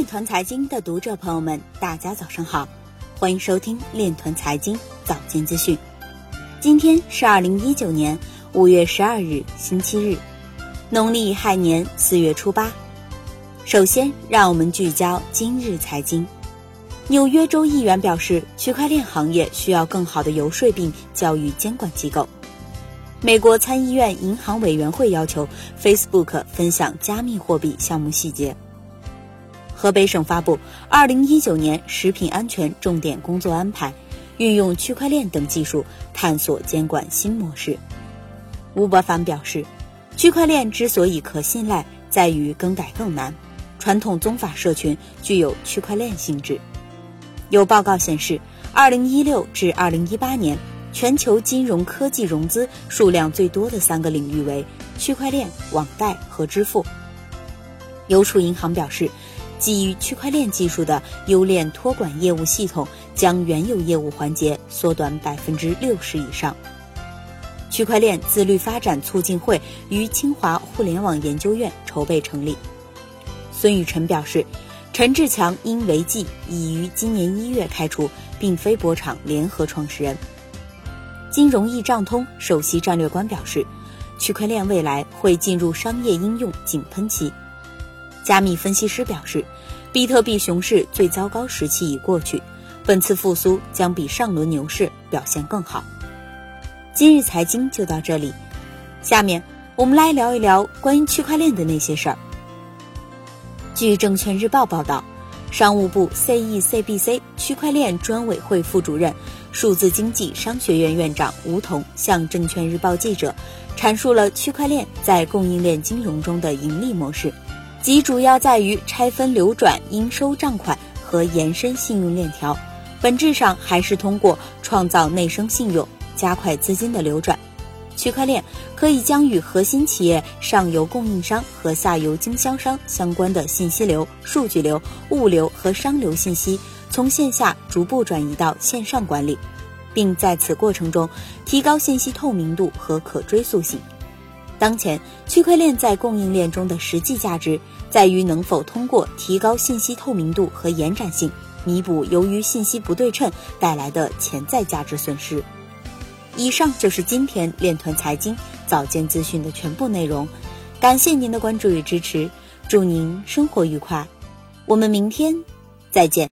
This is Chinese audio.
链团财经的读者朋友们，大家早上好，欢迎收听链团财经早间资讯。今天是2019年5月12日星期日，农历亥年4月初8。首先让我们聚焦今日财经。纽约州议员表示，区块链行业需要更好的游说并教育监管机构。美国参议院银行委员会要求 Facebook 分享加密货币项目细节。河北省发布2019年食品安全重点工作安排，运用区块链等技术探索监管新模式。吴伯凡表示，区块链之所以可信赖，在于更改更难，传统宗法社群具有区块链性质。有报告显示，2016至2018年全球金融科技融资数量最多的3个领域为区块链、网贷和支付。邮储银行表示，基于区块链技术的优链托管业务系统将原有业务环节缩短60%以上。区块链自律发展促进会于清华互联网研究院筹备成立。孙宇晨表示，陈志强因违纪已于今年1月开除，并非波场联合创始人。金融易账通首席战略官表示，区块链未来会进入商业应用井喷期。加密分析师表示，比特币熊市最糟糕时期已过去，本次复苏将比上轮牛市表现更好。今日财经就到这里，下面我们来聊一聊关于区块链的那些事儿。据证券日报报道，商务部 CECBC 区块链专委会副主任、数字经济商学院院长吴彤向证券日报记者阐述了区块链在供应链金融中的盈利模式，即主要在于拆分流转应收账款和延伸信用链条，本质上还是通过创造内生信用，加快资金的流转。区块链可以将与核心企业上游供应商和下游经销商相关的信息流、数据流、物流和商流信息从线下逐步转移到线上管理，并在此过程中提高信息透明度和可追溯性。当前，区块链在供应链中的实际价值在于能否通过提高信息透明度和延展性，弥补由于信息不对称带来的潜在价值损失。以上就是今天链团财经早间资讯的全部内容，感谢您的关注与支持，祝您生活愉快，我们明天再见。